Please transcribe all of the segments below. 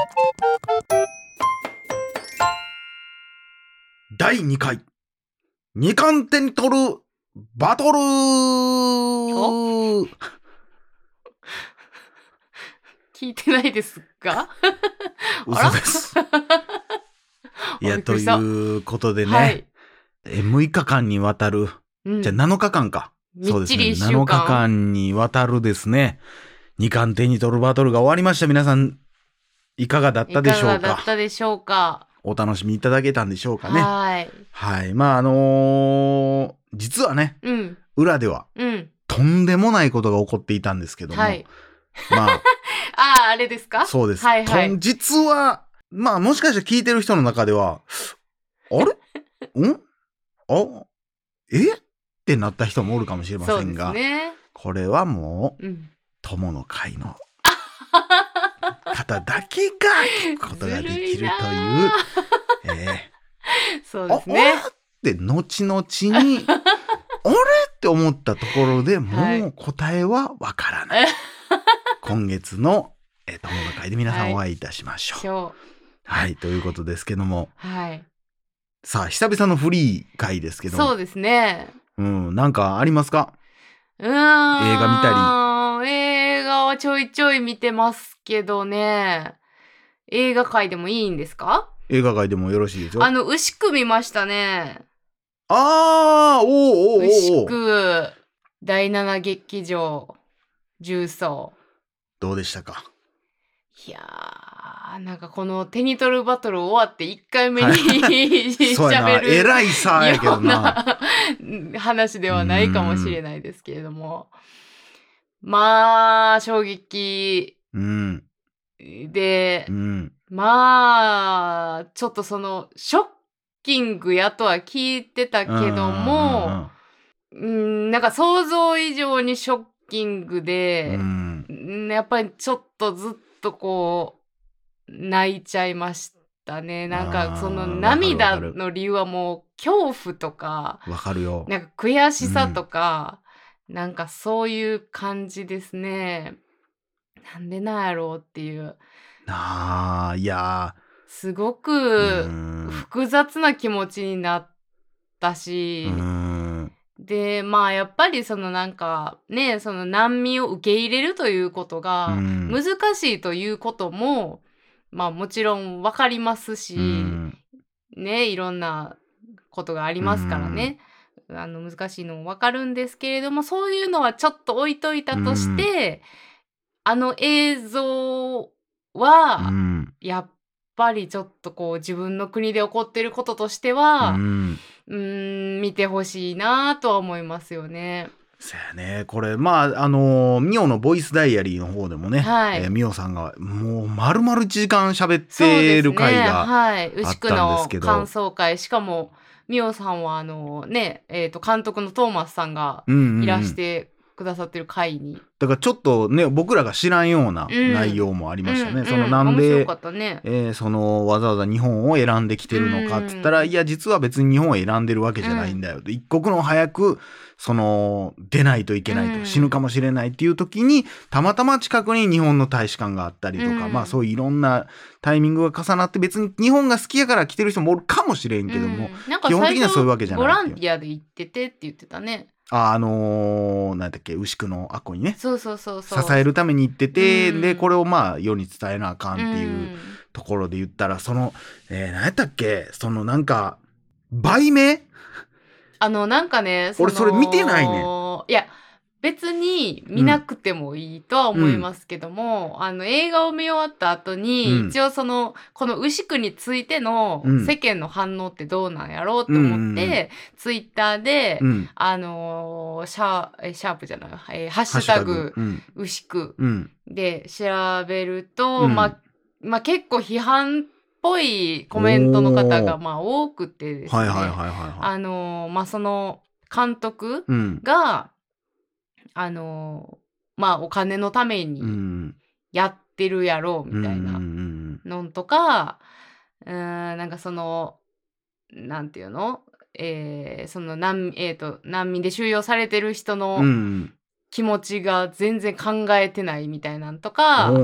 第2回2冠手に取るバトル聞いてないですか？ 嘘です。いや、ということでね、 はい、 6日間にわたる、じゃあ7日間か。 みっちり1週間。 7日間にわたるですね、2冠手に取るバトルが終わりました。皆さん、いかがだったでしょうか？ いかがだったでしょうか？ お楽しみいただけたんでしょうかね。 はい。 はい。まあ、実はね、裏では、とんでもないことが起こっていたんですけども、はい、まあ、 あれですか？ そうです。 はいはい。 実は、まあ、もしかしたら聞いてる人の中では、あれってなった人もおるかもしれませんが、ね、これはもう、友の会の方だけが聞くことができるという、 そうですね。 で、後々に、あれって思ったところでもう答えはわからない。今月の、友の会で皆さんお会いいたしましょう。はい、ということですけども。はい。さあ、久々のフリー会ですけども。 そうですね。 なんかありますか？映画見たり。映画はちょいちょい見てますけどね。映画界でもいいんですか？ 映画界でもよろしいですよ。 牛久見ましたね。 牛久第7劇場重曹。 どうでしたか？ いやー、なんかこの手に取るバトル終わって1回目に喋るえらいさやけどな話ではないかもしれないですけれども、まあ衝撃で、まあちょっとそのショッキングやとは聞いてたけども、なんか想像以上にショッキングで、やっぱりちょっとずっとこう泣いちゃいましたね。なんかその涙の理由はもう恐怖とか、 わかるよ。 なんか悔しさとか、なんかそういう感じですね。なんでなんやろうっていう。 いやすごく複雑な気持ちになったし、で、まあやっぱりそのなんかね、その難民を受け入れるということが難しいということも、まあもちろんわかりますし、ね、いろんなことがありますからね。難しいのもわかるんですけれども、そういうのはちょっと置いといたとして、映像は、やっぱりちょっとこう自分の国で起こってることとしては、見てほしいなとは思いますよね。 そうやね。これ、まあ、ミオのボイスダイアリーの方でもね、ミオさんがもう丸々1時間喋ってる回があったんですけど。 牛久の感想会、しかも、ミオさんは監督のトーマスさんがいらしてくださってる回に。 だからちょっとね、僕らが知らんような内容もありましたね。なんで、わざわざ日本を選んできてるのかって言ったら、いや、実は別に日本を選んでるわけじゃないんだよ。一刻の早く、出ないといけないと、死ぬかもしれないっていう時に、たまたま近くに日本の大使館があったりとか、まあそういういろんなタイミングが重なって、別に日本が好きやから来てる人もおるかもしれんけども、基本的にはそういうわけじゃない。 ボランティアで行っててって言ってたね。 なんだっけ、牛久のあっこにね。 そう。 支えるために行ってて、で、これをまあ世に伝えなあかんっていうところで言ったら、何やったっけ、なんか、売名？ なんかね、 俺それ見てないね。 いや、別に見なくてもいいとは思いますけども、映画を見終わった後に、一応この牛久についての世間の反応ってどうなんやろうと思って、ツイッターで、シャープじゃない、ハッシュタグ、牛久で調べると、まあ結構批判っぽいコメントの方がまあ多くてですね、まあその監督が、まあお金のためにやってるやろうみたいなのとか、なんかなんていうの、難民で収容されてる人の気持ちが全然考えてないみたいなんとか、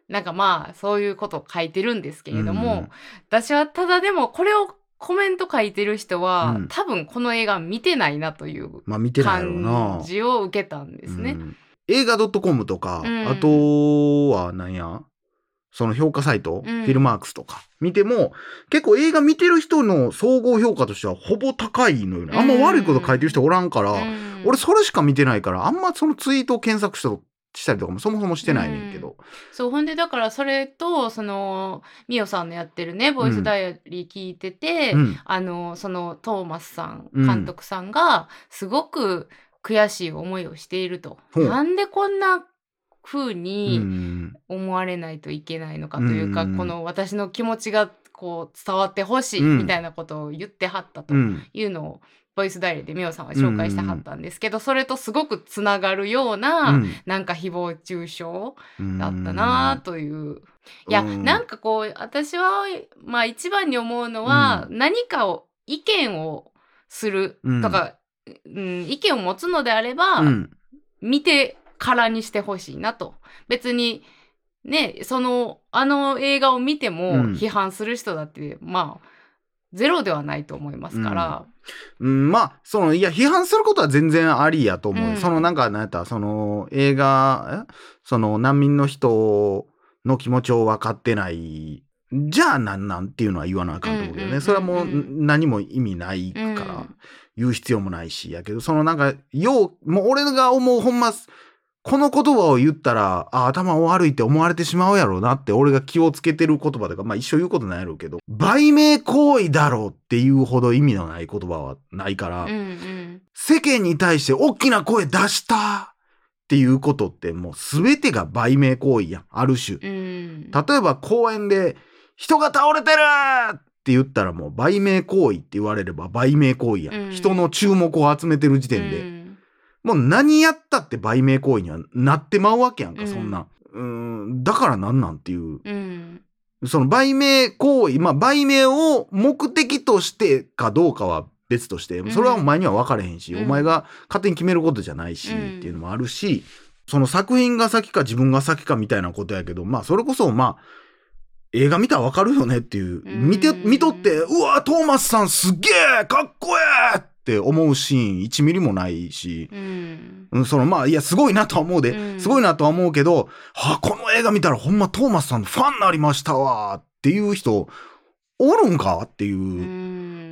なんかまあそういうことを書いてるんですけれども、私はただでもこれをコメント書いてる人は、多分この映画見てないなという感じを受けたんですね。 映画 .com とか、あとは何やその評価サイト、フィルマークスとか見ても結構映画見てる人の総合評価としてはほぼ高いのよね。あんま悪いこと書いてる人おらんから、俺それしか見てないからあんまそのツイートを検索したりとかもそもそもしてないねんけど、 そうほんでだからそれとそのミオさんのやってるねボイスダイアリー聞いてて、そのトーマスさん監督さんがすごく悔しい思いをしていると、なんでこんな風に思われないといけないのかというか、この私の気持ちがこう伝わってほしいみたいなことを言ってはったというのをボイスダイアリーでミオさんは紹介してはったんですけど、それとすごくつながるような、なんか誹謗中傷だったなという。いや、なんかこう私はまあ一番に思うのは、何かを意見をするとか、意見を持つのであれば、見てからにしてほしいなと。別にね、あの映画を見ても批判する人だって、まあゼロではないと思いますから。 まあいや批判することは全然ありやと思う。なんか映画その難民の人の気持ちを分かってないじゃあなんていうのは言わなあかんと思うけどね。それはもう何も意味ないから言う必要もないしやけど、なんかもう俺が思うほんまこの言葉を言ったら頭悪いって思われてしまうやろうなって俺が気をつけてる言葉とか、まあ一生言うことないやろうけど、売名行為だろうっていうほど意味のない言葉はないから、世間に対して大きな声出したっていうことってもう全てが売名行為やん、ある種。例えば公園で人が倒れてるって言ったらもう売名行為って言われれば売名行為やん。人の注目を集めてる時点で。もう何やったって売名行為にはなってまうわけやんか、そんな。だからなんていう。その売名行為、まあ売名を目的としてかどうかは別として、それはお前には分かれへんし、お前が勝手に決めることじゃないし、っていうのもあるし、その作品が先か自分が先かみたいなことやけど、まあそれこそまあ、映画見たら分かるよねっていう。見とって、うわ、トーマスさんすっげえかっこええって思うシーン1ミリもないし、まあいやすごいなとは思うで、すごいなとは思うけど、この映画見たらほんまトーマスさんのファンになりましたわっていう人おるんかっていう、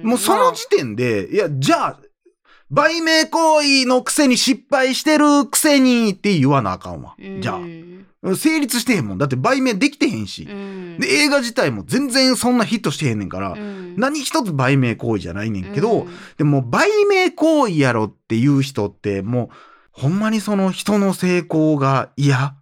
もうその時点で、いやじゃあ売名行為のくせに失敗してるくせにって言わなあかんわ。じゃあ成立してへんもん。だって売名できてへんし、で映画自体も全然そんなヒットしてへんねんから、何一つ売名行為じゃないねんけど、でも売名行為やろっていう人ってもうほんまにその人の成功が嫌。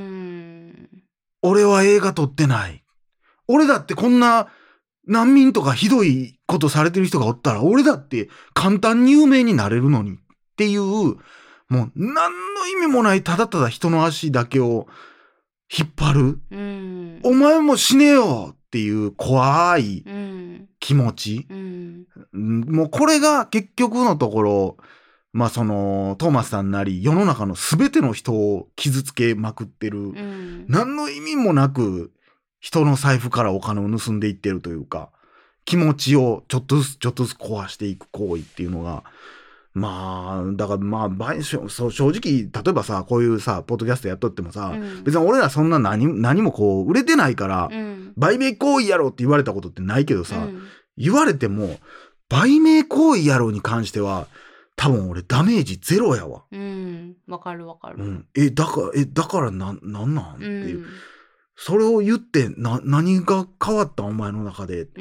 俺は映画撮ってない。俺だってこんな難民とかひどいことされてる人がおったら俺だって簡単に有名になれるのにっていう、もう何の意味もないただただ人の足だけを引っ張る、お前も死ねよっていう怖い気持ち、もうこれが結局のところ、まあそのトーマスさんなり世の中の全ての人を傷つけまくってる、何の意味もなく人の財布からお金を盗んでいってるというか、気持ちをちょっとずつ壊していく行為っていうのが、まあだからまあ正直例えばさ、こういうさポッドキャストやっとってもさ、別に俺らそんな何もこう売れてないから、売名行為やろって言われたことってないけどさ、言われても売名行為やろに関しては多分俺ダメージゼロやわ。 わかる。 だからなんっていう、それを言って何が変わったお前の中で、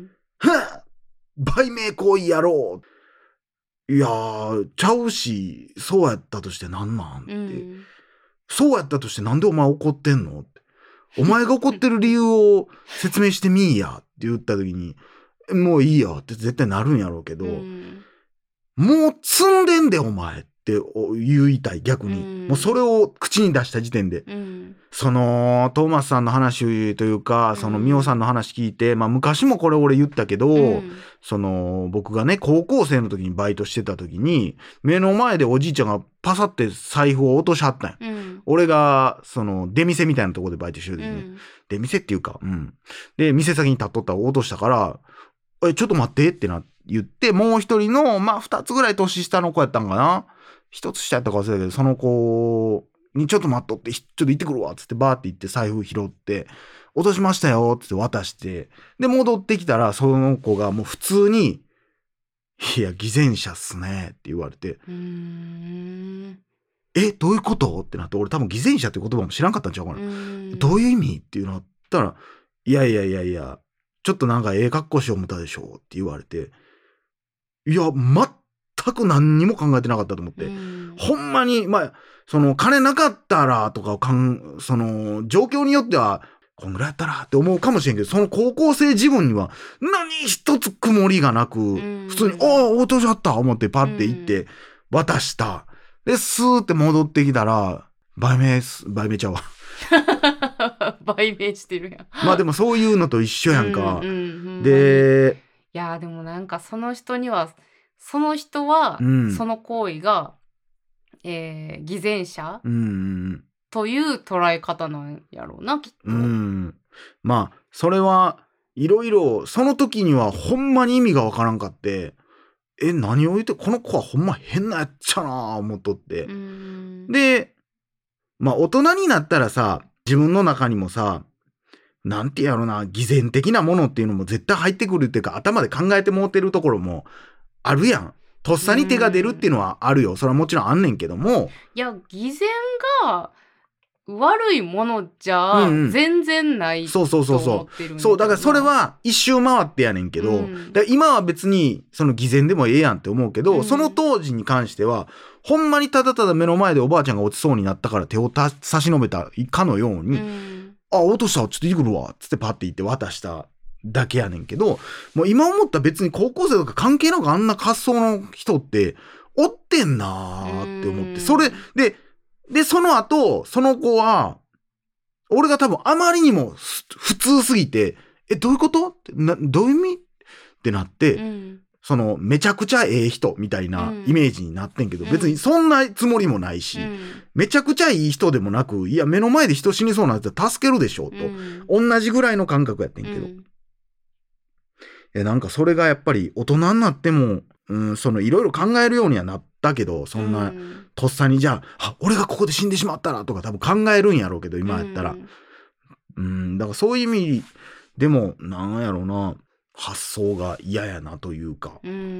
売名行為やろう。いやーちゃうし、そうやったとしてなんって、そうやったとしてなんでお前怒ってんのって、お前が怒ってる理由を説明してみいやって言った時にもういいやって絶対なるんやろうけど、もう積んでんでお前っって言いたい逆に、もうそれを口に出した時点で、そのトーマスさんの話というかそのミオさんの話聞いて、昔もこれ俺言ったけど、その僕がね高校生の時にバイトしてた時に目の前でおじいちゃんがパサって財布を落としはったんや、俺がその出店みたいなところでバイトしてる時に、出店っていうか、で店先に立っとったら落としたからちょっと待ってって言ってもう一人の2つぐらい年下の子やったんかな、1つ下やったか忘れたけどその子にちょっと待っとってちょっと行ってくるわっつってバーって行って財布拾って落としましたよっつって渡してで戻ってきたらその子がもう普通にいや偽善者っすねって言われてどういうことってなって俺多分偽善者って言葉も知らんかったんちゃうかなどういう意味っていうのあったらいやちょっとなんか格好しよう思ったでしょって言われていや全く何にも考えてなかったと思って、ほんまにその金なかったらとかその状況によってはこんぐらいやったらって思うかもしれんけどその高校生自分には何一つ曇りがなく、普通に落としちゃった思ってパッて行って渡したでスーって戻ってきたら売名ちゃうわ売名してるやんでもそういうのと一緒やんか、でいやでもなんかその人は、その行為が、偽善者、という捉え方なんやろうなきっと。 それはいろいろその時にはほんまに意味がわからんかって何を言ってこの子はほんま変なやっちゃな思っとって、で大人になったらさ自分の中にもさなんてやろな偽善的なものっていうのも絶対入ってくるっていうか頭で考えてもうてるところもあるやん。とっさに手が出るっていうのはあるよ。それはもちろんあんねんけどもいや偽善が悪いものじゃ全然ないと思ってるんだけど、 そうだからそれは一周回ってやねんけど、だ今は別にその偽善でもええやんって思うけど、その当時に関してはほんまにただただ目の前でおばあちゃんが落ちそうになったから手を差し伸べたかのように、落としたちょっと行ってくるわっつってパッて行って渡しただけやねんけど、もう今思ったら別に高校生とか関係なくあんな滑走の人っておってんなーって思って、それでその後その子は俺が多分あまりにも普通すぎてどういうことってどういう意味ってなって、そのめちゃくちゃええ人みたいなイメージになってんけど、別にそんなつもりもないし、めちゃくちゃいい人でもなく、いや目の前で人死にそうなやつは助けるでしょうと、同じぐらいの感覚やってんけど、なんかそれがやっぱり大人になってもそのいろいろ考えるようにはなったけど、そんなとっさにじゃあ俺がここで死んでしまったらとか多分考えるんやろうけど今やったら、だからそういう意味でもなんやろうな、発想が嫌やなというか、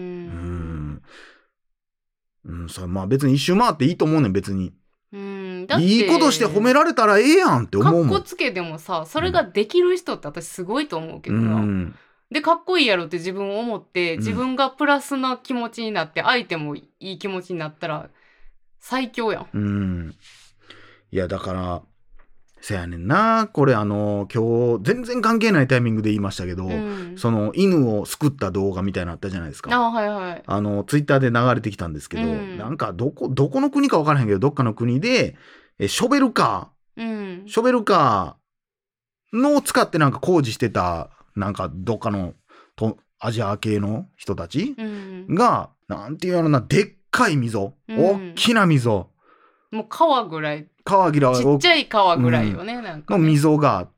そ別に一周回っていいと思うねん別に。だっていいことして褒められたらええやんって思うもん。 かっこつけでもさそれができる人って私すごいと思うけどな、でかっこいいやろって自分を思って自分がプラスな気持ちになって相手もいい気持ちになったら最強やん。 いやだからせやねんな、これ今日全然関係ないタイミングで言いましたけど、その犬を救った動画みたいなのあったじゃないですか。ツイッターで流れてきたんですけど、なんかどこの国か分からへんけどどっかの国でショベルカーのを使ってなんか工事してたなんかどっかのアジア系の人たちが、なんていうのな、でっかい溝、大きな溝、 もう川ぐらい、ちっちゃい川ぐらいよね、なんかね、の溝があって、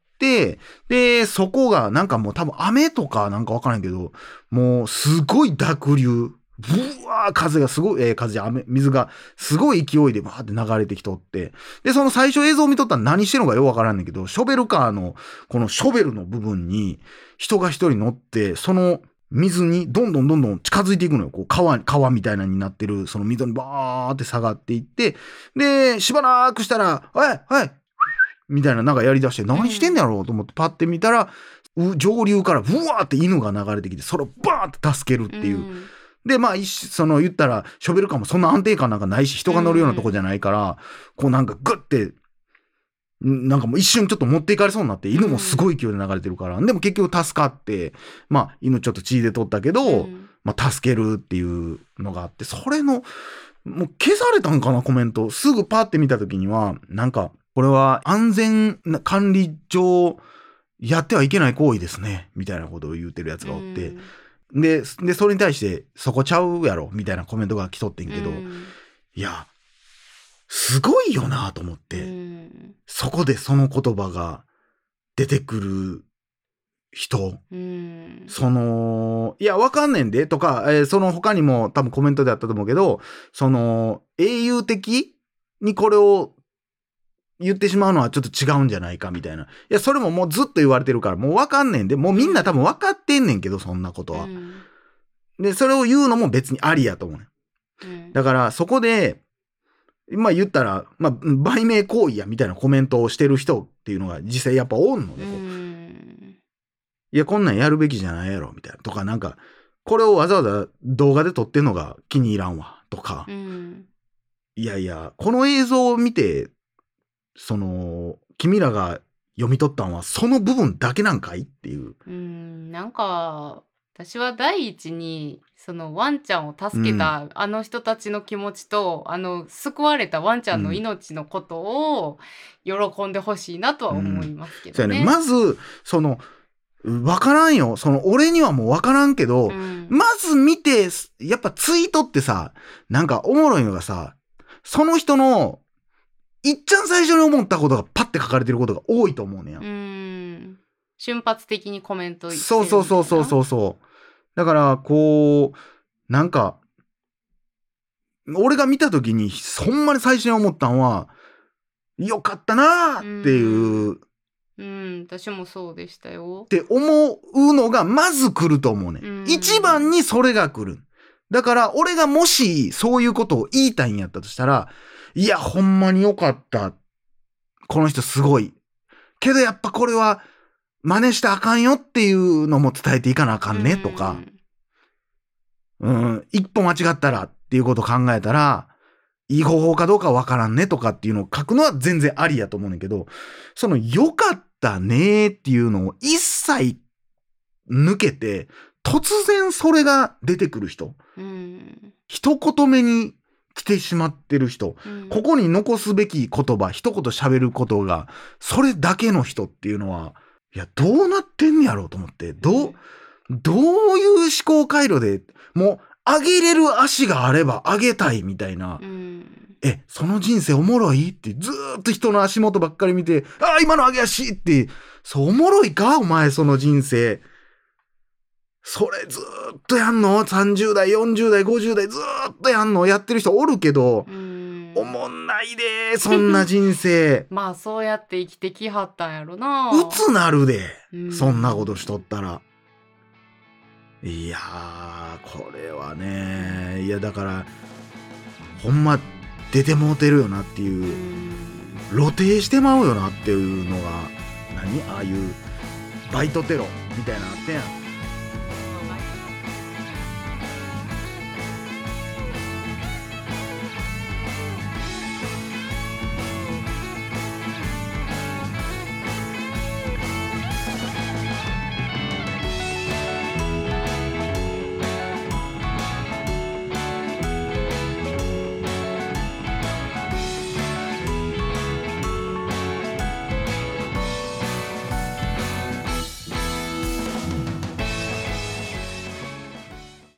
でそこがなんかもう多分雨とかなんか分からんけど、もうすごい濁流、ブワー風がすごい、水がすごい勢いでバーって流れてきとって、でその最初映像を見とったら何してるのかよく分からんねんけど、ショベルカーのこのショベルの部分に人が一人乗って、その水にどんどん近づいていくのよ。こう川みたいなになってるその溝にバーって下がっていって、でしばらくしたらはいみたいななんかやりだして、何してんだろうと思ってパッて見たら、上流からブワーって犬が流れてきて、それをバーって助けるっていう。でその言ったらショベルカーもそんな安定感なんかないし人が乗るようなとこじゃないから、こうなんかグッてなんかもう一瞬ちょっと持っていかれそうになって、犬もすごい勢いで流れてるから、でも結局助かって、犬ちょっと血で取ったけど、助けるっていうのがあって、それのもう消されたんかなコメント。すぐパーって見た時にはなんかこれは安全管理上やってはいけない行為ですねみたいなことを言うてるやつがおって、でそれに対してそこちゃうやろみたいなコメントが来とってんけど、いやすごいよなと思って、そこでその言葉が出てくる人、そのいやわかんねんでとか、その他にも多分コメントであったと思うけど、その英雄的にこれを言ってしまうのはちょっと違うんじゃないかみたいな。いやそれももうずっと言われてるからもうわかんねんで、もうみんな多分わかってんねんけど、そんなことは、でそれを言うのも別にありやと思うねん。だからそこでまあ言ったら、まあ売名行為やみたいなコメントをしてる人っていうのが実際やっぱおんので、いやこんなんやるべきじゃないやろみたいなとか、なんかこれをわざわざ動画で撮ってんのが気に入らんわとか、いやいやこの映像を見てその君らが読み取ったんはその部分だけなんかいっていう。 なんか私は第一にそのワンちゃんを助けたあの人たちの気持ちと、救われたワンちゃんの命のことを喜んでほしいなとは思いますけどね。 まずその分からんよ、その俺にはもう分からんけど、まず見てやっぱツイートってさ、なんかおもろいのがさ、その人のいっちゃん最初に思ったことがパッて書かれてることが多いと思うねや。 瞬発的にコメントしてるみたいな。そうだからこうなんか俺が見た時にほんまに最初に思ったんはよかったなーっていう、 私もそうでしたよって思うのがまず来ると思うね。一番にそれが来る。だから俺がもしそういうことを言いたいんやったとしたら、いやほんまによかった、この人すごいけどやっぱこれは真似したらあかんよっていうのも伝えていかなあかんねとか、一歩間違ったらっていうことを考えたらいい方法かどうかわからんねとかっていうのを書くのは全然ありやと思うんだけど、そのよかったねっていうのを一切抜けて突然それが出てくる人、一言目に来てしまってる人、ここに残すべき言葉一言喋ることがそれだけの人っていうのは、いやどうなってんやろうと思って、どういう思考回路でもう上げれる足があれば上げたいみたいな、その人生おもろいってずーっと人の足元ばっかり見て、今の上げ足ってそうおもろいかお前その人生、それずーっとやんの ?30 代40代50代ずーっとやんのやってる人おるけど、おもんないでそんな人生まあそうやって生きてきはったんやろな。 うつなるで、そんなことしとったら。いやーこれはね、いやだからほんま出てもうてるよなっていう、露呈してまうよなっていうのが、ああいうバイトテロみたいなのあってんやん。